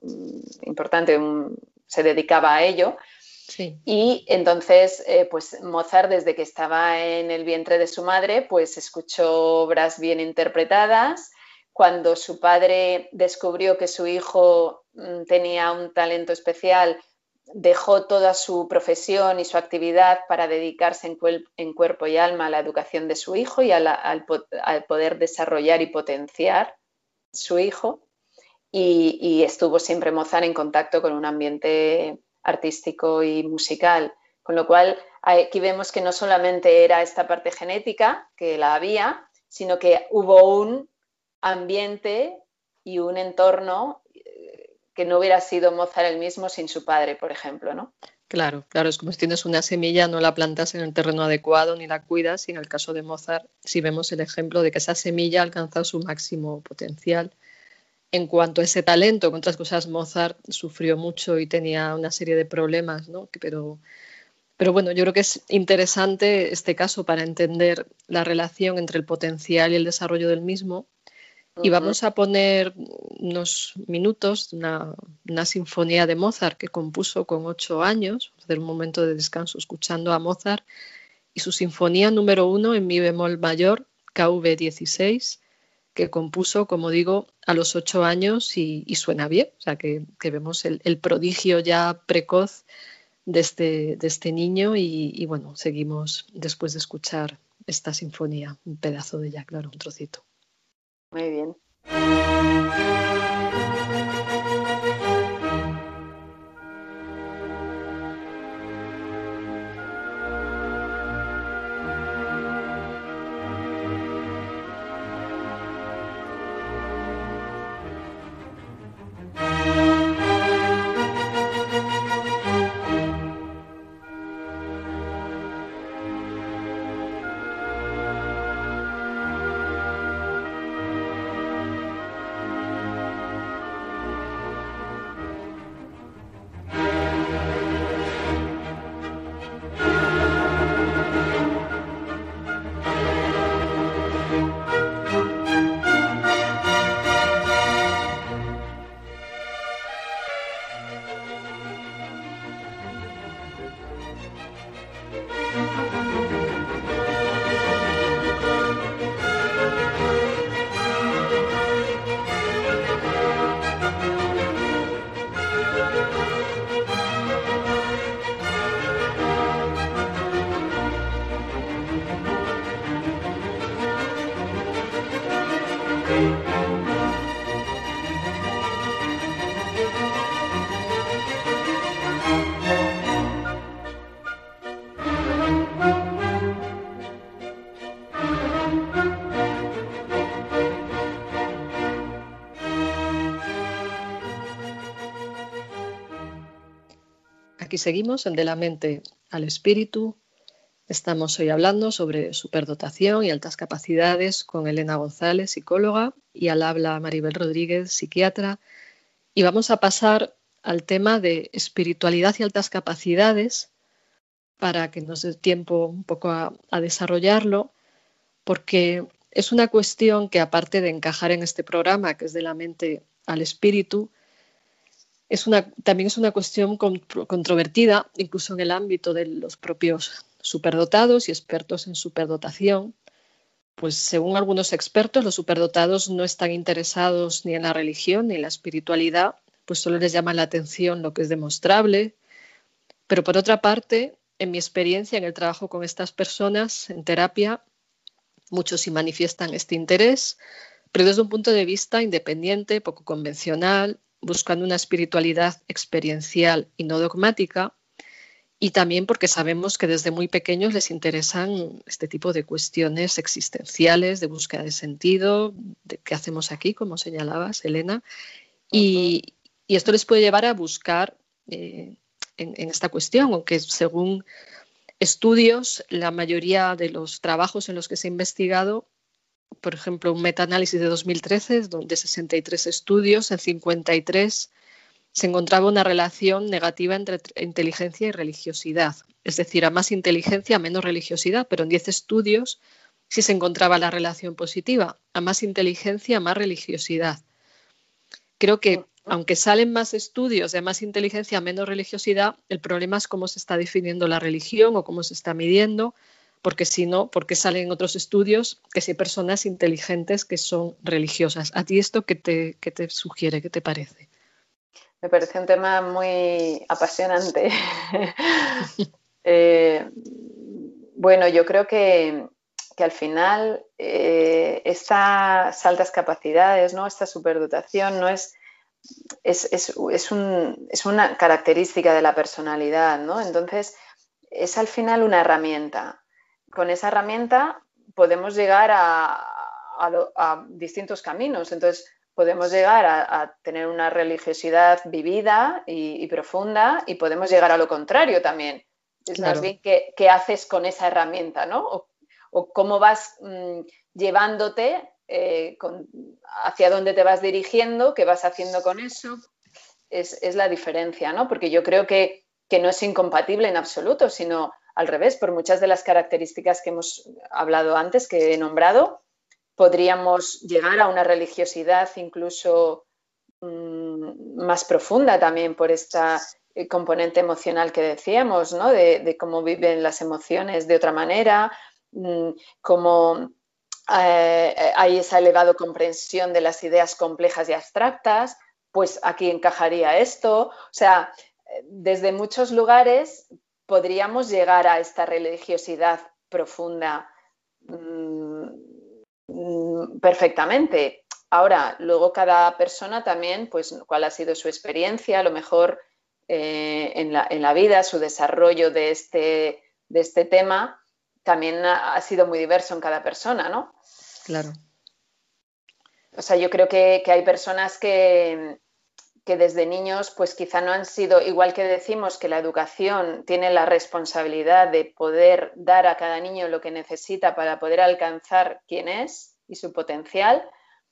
se dedicaba a ello. Sí. Y entonces, pues Mozart, desde que estaba en el vientre de su madre, pues escuchó obras bien interpretadas. Cuando su padre descubrió que su hijo tenía un talento especial, dejó toda su profesión y su actividad para dedicarse en cuerpo y alma a la educación de su hijo y al poder desarrollar y potenciar su hijo. Y estuvo siempre Mozart en contacto con un ambiente artístico y musical, con lo cual aquí vemos que no solamente era esta parte genética, que la había, sino que hubo un ambiente y un entorno que no hubiera sido Mozart el mismo sin su padre, por ejemplo, ¿no? Claro, es como si tienes una semilla, no la plantas en el terreno adecuado ni la cuidas, y en el caso de Mozart sí vemos el ejemplo de que esa semilla ha alcanzado su máximo potencial. En cuanto a ese talento, con otras cosas, Mozart sufrió mucho y tenía una serie de problemas, ¿no? Pero bueno, yo creo que es interesante este caso para entender la relación entre el potencial y el desarrollo del mismo. Y vamos a poner unos minutos una sinfonía de Mozart que compuso con 8 años, vamos a hacer un momento de descanso escuchando a Mozart y su sinfonía número 1 en mi bemol mayor, KV 16, que compuso, como digo, a los 8 años y suena bien. O sea, que vemos el prodigio ya precoz de este niño y bueno, seguimos después de escuchar esta sinfonía, un pedazo de ella, claro, un trocito. Muy bien. Aquí seguimos en De la mente al espíritu. Estamos hoy hablando sobre superdotación y altas capacidades con Elena González, psicóloga, y al habla Maribel Rodríguez, psiquiatra, Y vamos a pasar al tema de espiritualidad y altas capacidades para que nos dé tiempo un poco a desarrollarlo, porque es una cuestión que, aparte de encajar en este programa, que es de la mente al espíritu, también es una cuestión controvertida, incluso en el ámbito de los propios superdotados y expertos en superdotación. Pues según algunos expertos, los superdotados no están interesados ni en la religión ni en la espiritualidad, pues solo les llama la atención lo que es demostrable. Pero por otra parte, en mi experiencia en el trabajo con estas personas en terapia, muchos sí manifiestan este interés, pero desde un punto de vista independiente, poco convencional, buscando una espiritualidad experiencial y no dogmática, y también porque sabemos que desde muy pequeños les interesan este tipo de cuestiones existenciales, de búsqueda de sentido, de qué hacemos aquí, como señalabas, Elena, y esto les puede llevar a buscar en esta cuestión, aunque según estudios, la mayoría de los trabajos en los que se ha investigado, por ejemplo, un metaanálisis de 2013, donde 63 estudios, en 53 se encontraba una relación negativa entre inteligencia y religiosidad. Es decir, a más inteligencia, menos religiosidad, pero en 10 estudios sí se encontraba la relación positiva. A más inteligencia, más religiosidad. Creo que, aunque salen más estudios de más inteligencia, menos religiosidad, el problema es cómo se está definiendo la religión o cómo se está midiendo, porque si no, ¿por qué salen otros estudios que si hay personas inteligentes que son religiosas? ¿A ti esto qué te sugiere? ¿Qué te parece? Me parece un tema muy apasionante. Bueno, yo creo que al final estas altas capacidades, ¿no? Esta superdotación no es una característica de la personalidad, ¿no? Entonces, es al final una herramienta. Con esa herramienta podemos llegar a distintos caminos. Entonces, podemos llegar a tener una religiosidad vivida y profunda, y podemos llegar a lo contrario también. Es Claro. más bien qué haces con esa herramienta, ¿no? O cómo vas llevándote hacia dónde te vas dirigiendo, qué vas haciendo con eso. Es la diferencia, ¿no? Porque yo creo que no es incompatible en absoluto, sino al revés, por muchas de las características que hemos hablado antes, que he nombrado, podríamos llegar a una religiosidad incluso más profunda también por esta componente emocional que decíamos, ¿no? De cómo viven las emociones de otra manera, cómo hay esa elevada comprensión de las ideas complejas y abstractas, pues aquí encajaría esto. O sea, desde muchos lugares podríamos llegar a esta religiosidad profunda perfectamente. Ahora, luego cada persona también, pues cuál ha sido su experiencia, a lo mejor en la vida, su desarrollo de este tema, también ha sido muy diverso en cada persona, ¿no? Claro. O sea, yo creo que hay personas que desde niños pues quizá no han sido, igual que decimos que la educación tiene la responsabilidad de poder dar a cada niño lo que necesita para poder alcanzar quién es y su potencial,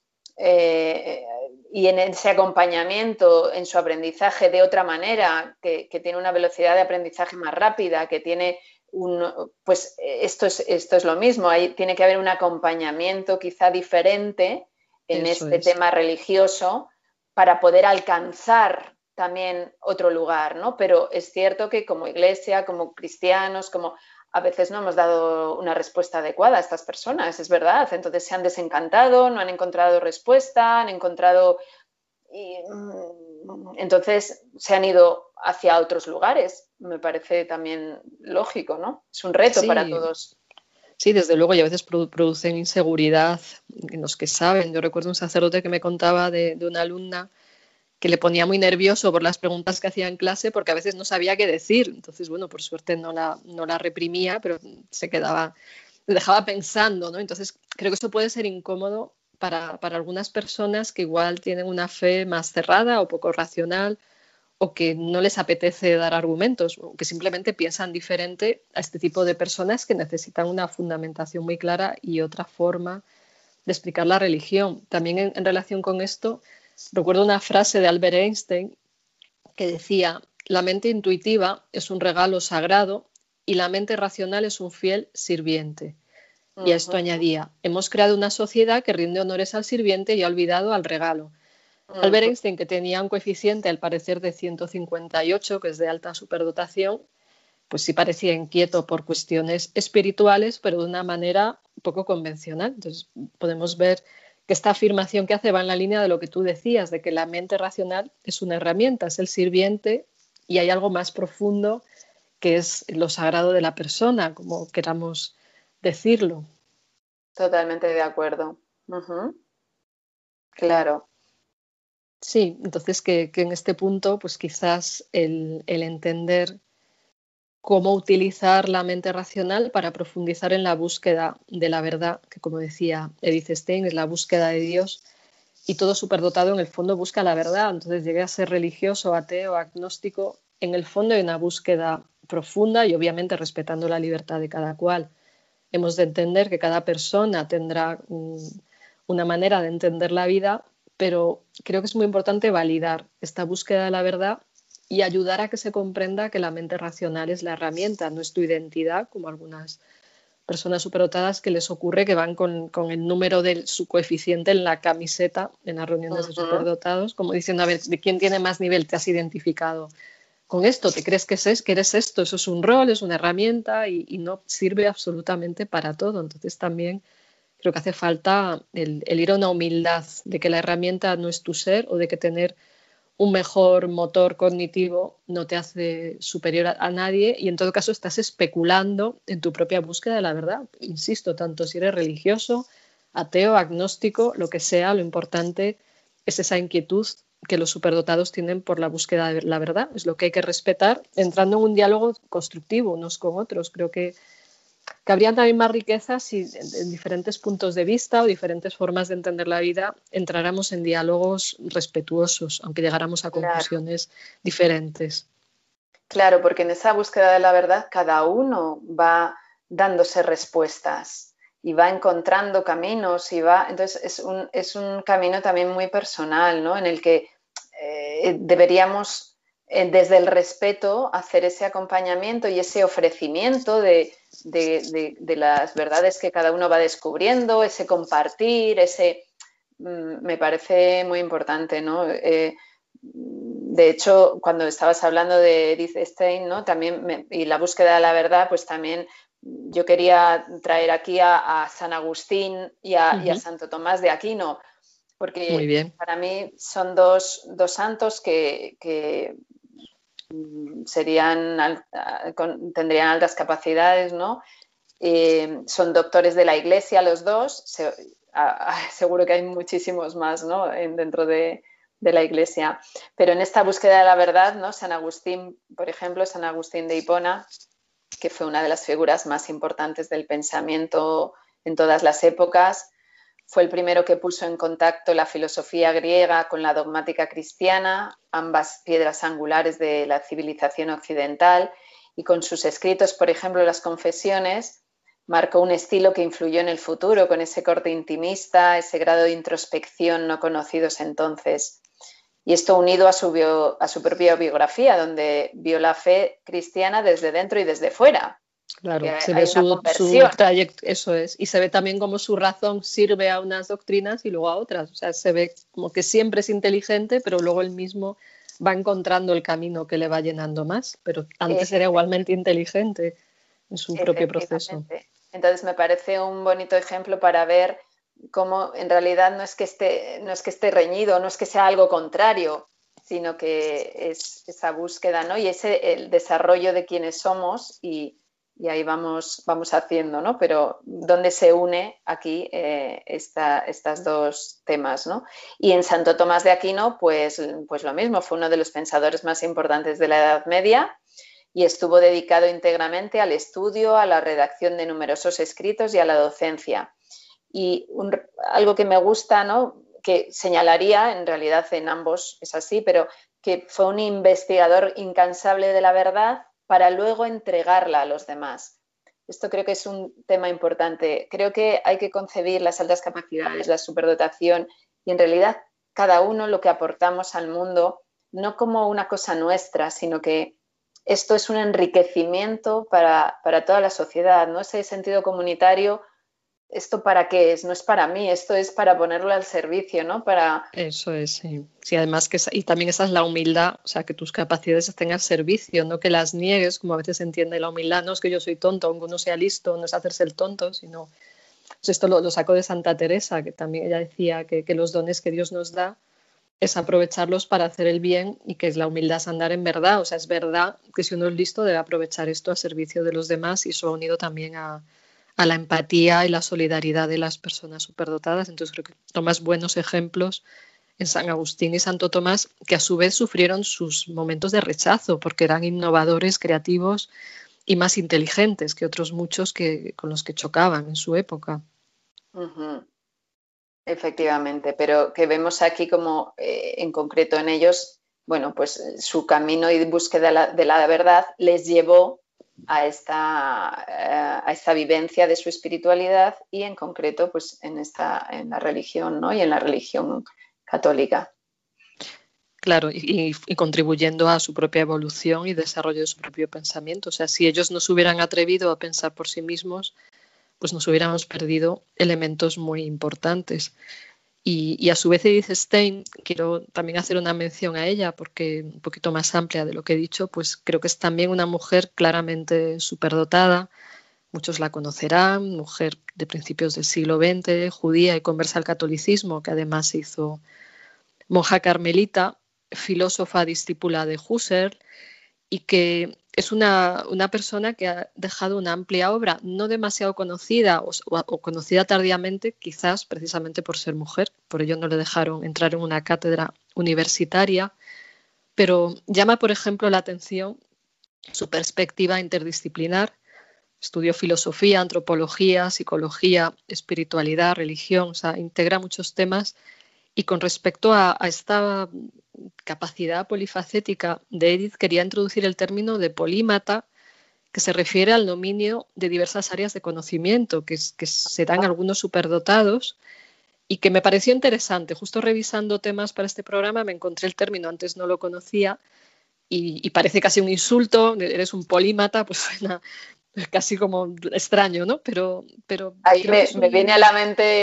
y en ese acompañamiento, en su aprendizaje de otra manera, que tiene una velocidad de aprendizaje más rápida, que tiene pues esto es lo mismo, tiene que haber un acompañamiento quizá diferente en este tema religioso para poder alcanzar también otro lugar, ¿no? Pero es cierto que como iglesia, como cristianos, a veces no hemos dado una respuesta adecuada a estas personas, es verdad. Entonces se han desencantado, no han encontrado respuesta, han encontrado... entonces se han ido hacia otros lugares. Me parece también lógico, ¿no? Es un reto para todos. Sí, desde luego, y a veces producen inseguridad en los que saben. Yo recuerdo un sacerdote que me contaba de una alumna que le ponía muy nervioso por las preguntas que hacía en clase porque a veces no sabía qué decir. Entonces, bueno, por suerte no la reprimía, pero se quedaba, le dejaba pensando, ¿no? Entonces, creo que esto puede ser incómodo para algunas personas que igual tienen una fe más cerrada o poco racional, o que no les apetece dar argumentos, o que simplemente piensan diferente a este tipo de personas que necesitan una fundamentación muy clara y otra forma de explicar la religión. También en relación con esto, Recuerdo una frase de Albert Einstein que decía: la mente intuitiva es un regalo sagrado y la mente racional es un fiel sirviente. Y a esto añadía: hemos creado una sociedad que rinde honores al sirviente y ha olvidado al regalo. Albert Einstein, que tenía un coeficiente al parecer de 158, que es de alta superdotación, pues sí parecía inquieto por cuestiones espirituales, pero de una manera poco convencional. Entonces podemos ver que esta afirmación que hace va en la línea de lo que tú decías, de que la mente racional es una herramienta, es el sirviente, y hay algo más profundo que es lo sagrado de la persona, como queramos decirlo. Totalmente de acuerdo. Claro. Sí, entonces que en este punto, pues quizás el entender cómo utilizar la mente racional para profundizar en la búsqueda de la verdad, que como decía Edith Stein, es la búsqueda de Dios, y todo superdotado en el fondo busca la verdad. Entonces llegue a ser religioso, ateo, agnóstico, en el fondo hay una búsqueda profunda y obviamente respetando la libertad de cada cual. Hemos de entender que cada persona tendrá una manera de entender la vida, pero creo que es muy importante validar esta búsqueda de la verdad y ayudar a que se comprenda que la mente racional es la herramienta, no es tu identidad, como algunas personas superdotadas que les ocurre que van con el número de su coeficiente en la camiseta en las reuniones de superdotados, como diciendo: a ver, ¿de quién tiene más nivel? ¿Te has identificado con esto? ¿Te crees que eres esto? Eso es un rol, es una herramienta y no sirve absolutamente para todo. Entonces también creo que hace falta el ir a una humildad de que la herramienta no es tu ser, o de que tener un mejor motor cognitivo no te hace superior a nadie, y en todo caso estás especulando en tu propia búsqueda de la verdad. Insisto, tanto si eres religioso, ateo, agnóstico, lo que sea, lo importante es esa inquietud que los superdotados tienen por la búsqueda de la verdad. Es lo que hay que respetar, entrando en un diálogo constructivo unos con otros. Creo que habría también más riqueza si en diferentes puntos de vista o diferentes formas de entender la vida entráramos en diálogos respetuosos, aunque llegáramos a conclusiones diferentes. Claro, porque en esa búsqueda de la verdad cada uno va dándose respuestas y va encontrando caminos y va. Entonces es un camino también muy personal, ¿no? En el que deberíamos, desde el respeto, hacer ese acompañamiento y ese ofrecimiento de las verdades que cada uno va descubriendo, ese compartir, me parece muy importante, ¿no? De hecho, cuando estabas hablando de Edith Stein, ¿no? También y la búsqueda de la verdad, pues también yo quería traer aquí a San Agustín y a Santo Tomás de Aquino, porque para mí son dos santos que tendrían altas capacidades, ¿no? Son doctores de la Iglesia los dos, seguro que hay muchísimos más, ¿no? Dentro de la Iglesia, pero en esta búsqueda de la verdad, ¿no? San Agustín, por ejemplo, San Agustín de Hipona, que fue una de las figuras más importantes del pensamiento en todas las épocas, fue el primero que puso en contacto la filosofía griega con la dogmática cristiana, ambas piedras angulares de la civilización occidental, y con sus escritos, por ejemplo, las Confesiones, marcó un estilo que influyó en el futuro, con ese corte intimista, ese grado de introspección no conocidos entonces. Y esto unido a su propia biografía, donde vio la fe cristiana desde dentro y desde fuera. Claro, se ve su trayecto, eso es, y se ve también cómo su razón sirve a unas doctrinas y luego a otras. O sea, se ve como que siempre es inteligente, pero luego él mismo va encontrando el camino que le va llenando más. Pero antes era igualmente inteligente en su propio proceso. Entonces me parece un bonito ejemplo para ver cómo en realidad no es que esté reñido, no es que sea algo contrario, sino que es esa búsqueda, ¿no? Y el desarrollo de quienes somos y ahí vamos haciendo, ¿no? Pero ¿dónde se une aquí estas dos temas, ¿no? Y en Santo Tomás de Aquino, pues lo mismo, fue uno de los pensadores más importantes de la Edad Media y estuvo dedicado íntegramente al estudio, a la redacción de numerosos escritos y a la docencia. Y algo que me gusta, ¿no? Que señalaría, en realidad en ambos es así, pero que fue un investigador incansable de la verdad para luego entregarla a los demás. Esto creo que es un tema importante. Creo que hay que concebir las altas capacidades, la superdotación y en realidad cada uno lo que aportamos al mundo, no como una cosa nuestra, sino que esto es un enriquecimiento para toda la sociedad, ¿no? Ese sentido comunitario, ¿esto para qué es? No es para mí, esto es para ponerlo al servicio, ¿no? Eso es, sí. Sí, además y también esa es la humildad, o sea, que tus capacidades estén al servicio, no que las niegues, como a veces se entiende la humildad, no es que yo soy tonto, aunque uno sea listo, no es hacerse el tonto, sino, pues esto lo sacó de Santa Teresa, que también ella decía que los dones que Dios nos da es aprovecharlos para hacer el bien y que es la humildad es andar en verdad, o sea, es verdad que si uno es listo debe aprovechar esto a servicio de los demás y eso ha unido también a la empatía y la solidaridad de las personas superdotadas. Entonces creo que tomas buenos ejemplos en San Agustín y Santo Tomás, que a su vez sufrieron sus momentos de rechazo porque eran innovadores, creativos y más inteligentes que otros muchos con los que chocaban en su época. Uh-huh. Efectivamente, pero que vemos aquí como en concreto en ellos, bueno, pues su camino y búsqueda de la verdad les llevó a esta vivencia de su espiritualidad y en concreto pues en la religión, ¿no? Y en la religión católica. Claro, y contribuyendo a su propia evolución y desarrollo de su propio pensamiento. O sea, si ellos no se hubieran atrevido a pensar por sí mismos, pues nos hubiéramos perdido elementos muy importantes. Y a su vez Edith Stein, quiero también hacer una mención a ella porque un poquito más amplia de lo que he dicho, pues creo que es también una mujer claramente superdotada. Muchos la conocerán, mujer de principios del siglo XX, judía y conversa al catolicismo, que además se hizo monja carmelita, filósofa discípula de Husserl y que es una persona que ha dejado una amplia obra, no demasiado conocida o conocida tardíamente, quizás precisamente por ser mujer, por ello no le dejaron entrar en una cátedra universitaria, pero llama, por ejemplo, la atención su perspectiva interdisciplinar. Estudió filosofía, antropología, psicología, espiritualidad, religión, o sea, integra muchos temas. Y con respecto a esta capacidad polifacética de Edith, quería introducir el término de polímata, que se refiere al dominio de diversas áreas de conocimiento que se dan algunos superdotados y que me pareció interesante. Justo revisando temas para este programa me encontré el término, antes no lo conocía, y parece casi un insulto, eres un polímata, pues suena casi como extraño, ¿no? Pero Ahí creo que es me viene a la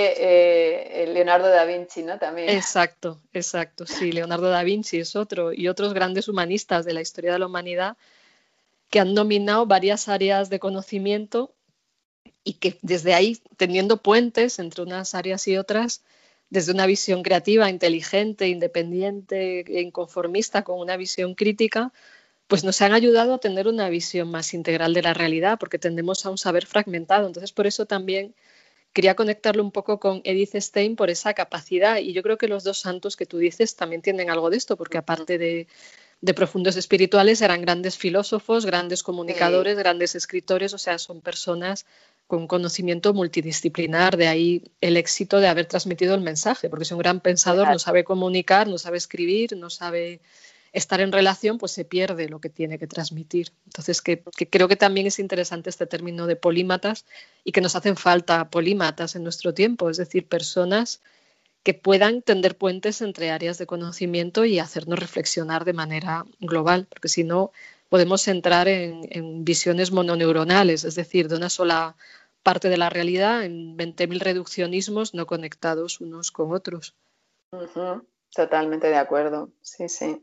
mente Leonardo da Vinci, ¿no? También. Exacto, exacto. Sí, Leonardo da Vinci es otro y otros grandes humanistas de la historia de la humanidad que han dominado varias áreas de conocimiento y que desde ahí, teniendo puentes entre unas áreas y otras, desde una visión creativa, inteligente, independiente e inconformista con una visión crítica, pues nos han ayudado a tener una visión más integral de la realidad, porque tendemos a un saber fragmentado. Entonces, por eso también quería conectarlo un poco con Edith Stein por esa capacidad. Y yo creo que los dos santos que tú dices también tienen algo de esto, porque aparte de profundos espirituales, eran grandes filósofos, grandes comunicadores, grandes escritores, o sea, son personas con conocimiento multidisciplinar, de ahí el éxito de haber transmitido el mensaje, porque si un gran pensador no sabe comunicar, no sabe escribir, no sabe estar en relación, pues se pierde lo que tiene que transmitir. Entonces, que creo que también es interesante este término de polímatas y que nos hacen falta polímatas en nuestro tiempo, es decir, personas que puedan tender puentes entre áreas de conocimiento y hacernos reflexionar de manera global, porque si no podemos entrar en visiones mononeuronales, es decir, de una sola parte de la realidad en 20.000 reduccionismos no conectados unos con otros. Uh-huh. Totalmente de acuerdo, sí, sí.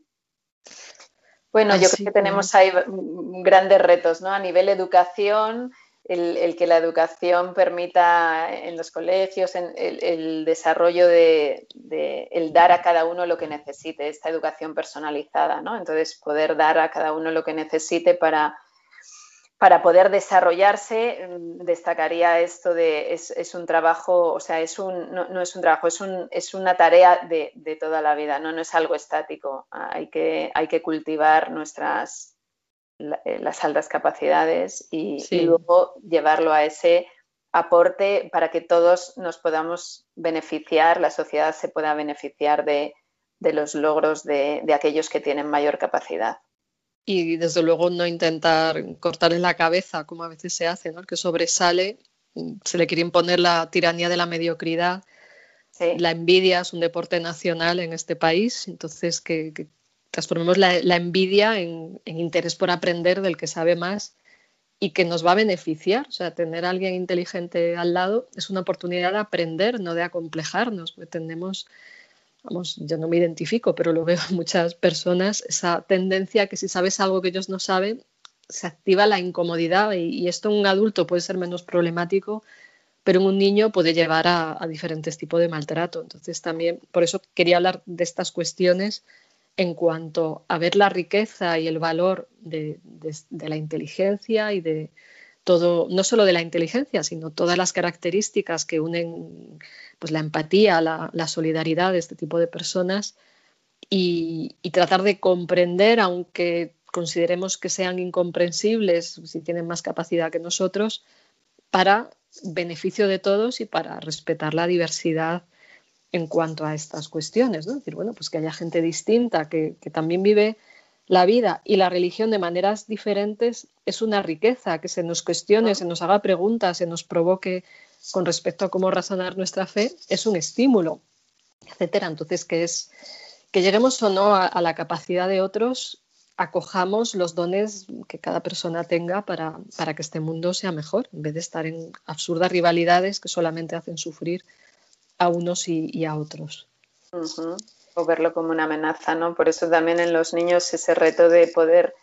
Bueno, yo creo Así que tenemos ahí grandes retos, ¿no? A nivel educación, el que la educación permita en los colegios el desarrollo el dar a cada uno lo que necesite, esta educación personalizada, ¿no? Entonces, poder dar a cada uno lo que necesite para poder desarrollarse, destacaría esto de es un trabajo, o sea, no es un trabajo, es una tarea de toda la vida, no es algo estático. Hay que cultivar las altas capacidades y luego llevarlo a ese aporte para que todos nos podamos beneficiar, la sociedad se pueda beneficiar de los logros de aquellos que tienen mayor capacidad. Y desde luego no intentar cortarle la cabeza, como a veces se hace, ¿no? El que sobresale, se le quiere imponer la tiranía de la mediocridad, Sí. La envidia es un deporte nacional en este país, entonces que transformemos la envidia en interés por aprender del que sabe más y que nos va a beneficiar. O sea, tener a alguien inteligente al lado es una oportunidad de aprender, no de acomplejarnos. Tendemos, vamos, yo no me identifico, pero lo veo en muchas personas, esa tendencia que si sabes algo que ellos no saben, se activa la incomodidad y esto en un adulto puede ser menos problemático, pero en un niño puede llevar a diferentes tipos de maltrato. Entonces también, por eso quería hablar de estas cuestiones en cuanto a ver la riqueza y el valor de la inteligencia y de todo, no solo de la inteligencia, sino todas las características que unen pues, la empatía, la solidaridad de este tipo de personas y tratar de comprender, aunque consideremos que sean incomprensibles si tienen más capacidad que nosotros, para beneficio de todos y para respetar la diversidad en cuanto a estas cuestiones, ¿no? Es decir, bueno, pues que haya gente distinta que también vive la vida y la religión de maneras diferentes es una riqueza, que se nos cuestione, se nos haga preguntas, se nos provoque con respecto a cómo razonar nuestra fe, es un estímulo, etcétera. Entonces, que lleguemos o no a la capacidad de otros, acojamos los dones que cada persona tenga para que este mundo sea mejor, en vez de estar en absurdas rivalidades que solamente hacen sufrir a unos y a otros. Uh-huh. O verlo como una amenaza, ¿no? Por eso también en los niños ese reto de poder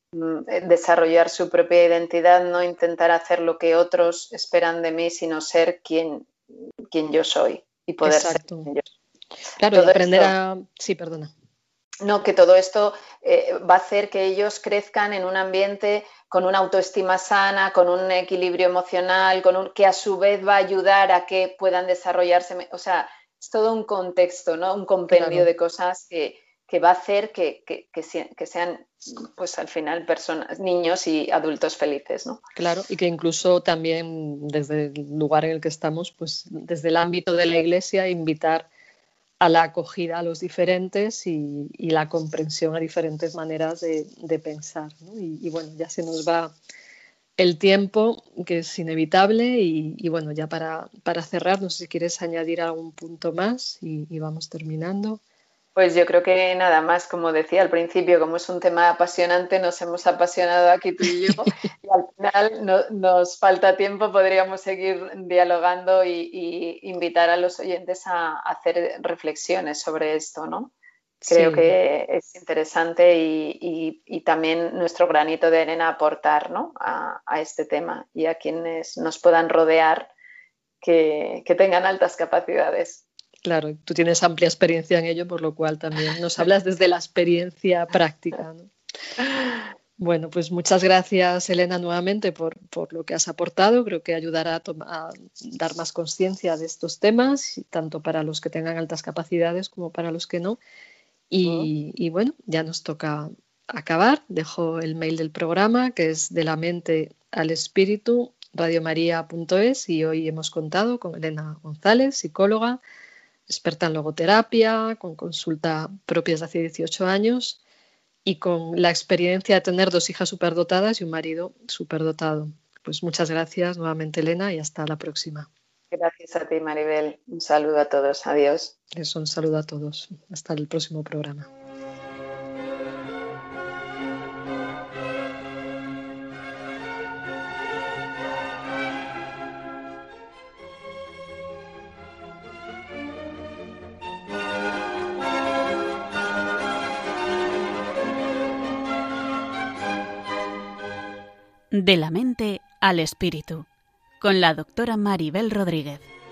desarrollar su propia identidad, no intentar hacer lo que otros esperan de mí, sino ser quien yo soy y poder Exacto. ser quien yo soy. Claro, y aprender a... Sí, perdona. No, que todo esto va a hacer que ellos crezcan en un ambiente con una autoestima sana, con un equilibrio emocional, que a su vez va a ayudar a que puedan desarrollarse. O sea, es todo un contexto, ¿no? Un compendio de cosas que va a hacer que sean, pues al final, personas, niños y adultos felices, ¿no? Claro, y que incluso también desde el lugar en el que estamos, pues desde el ámbito de la Iglesia, invitar a la acogida a los diferentes y la comprensión a diferentes maneras de pensar, ¿no? Y bueno, ya se nos va el tiempo, que es inevitable, y bueno, ya para cerrar, no sé si quieres añadir algún punto más y vamos terminando. Pues yo creo que nada más, como decía al principio, como es un tema apasionante, nos hemos apasionado aquí tú y yo y al final nos falta tiempo, podríamos seguir dialogando y invitar a los oyentes a hacer reflexiones sobre esto, ¿no? Creo que es interesante y también nuestro granito de arena aportar, ¿no? a este tema y a quienes nos puedan rodear que tengan altas capacidades. Claro, tú tienes amplia experiencia en ello, por lo cual también nos hablas desde la experiencia práctica, ¿no? Bueno, pues muchas gracias, Elena, nuevamente por lo que has aportado. Creo que ayudará a dar más conciencia de estos temas, tanto para los que tengan altas capacidades como para los que no. Y bueno, ya nos toca acabar. Dejo el mail del programa, que es de la mente al espíritu, radiomaria.es, y hoy hemos contado con Elena González, psicóloga, experta en logoterapia, con consulta propia desde hace 18 años y con la experiencia de tener 2 hijas superdotadas y un marido superdotado. Pues muchas gracias nuevamente, Elena, y hasta la próxima. Gracias a ti, Maribel. Un saludo a todos. Adiós. Un saludo a todos. Hasta el próximo programa. De la mente al espíritu, con la doctora Maribel Rodríguez.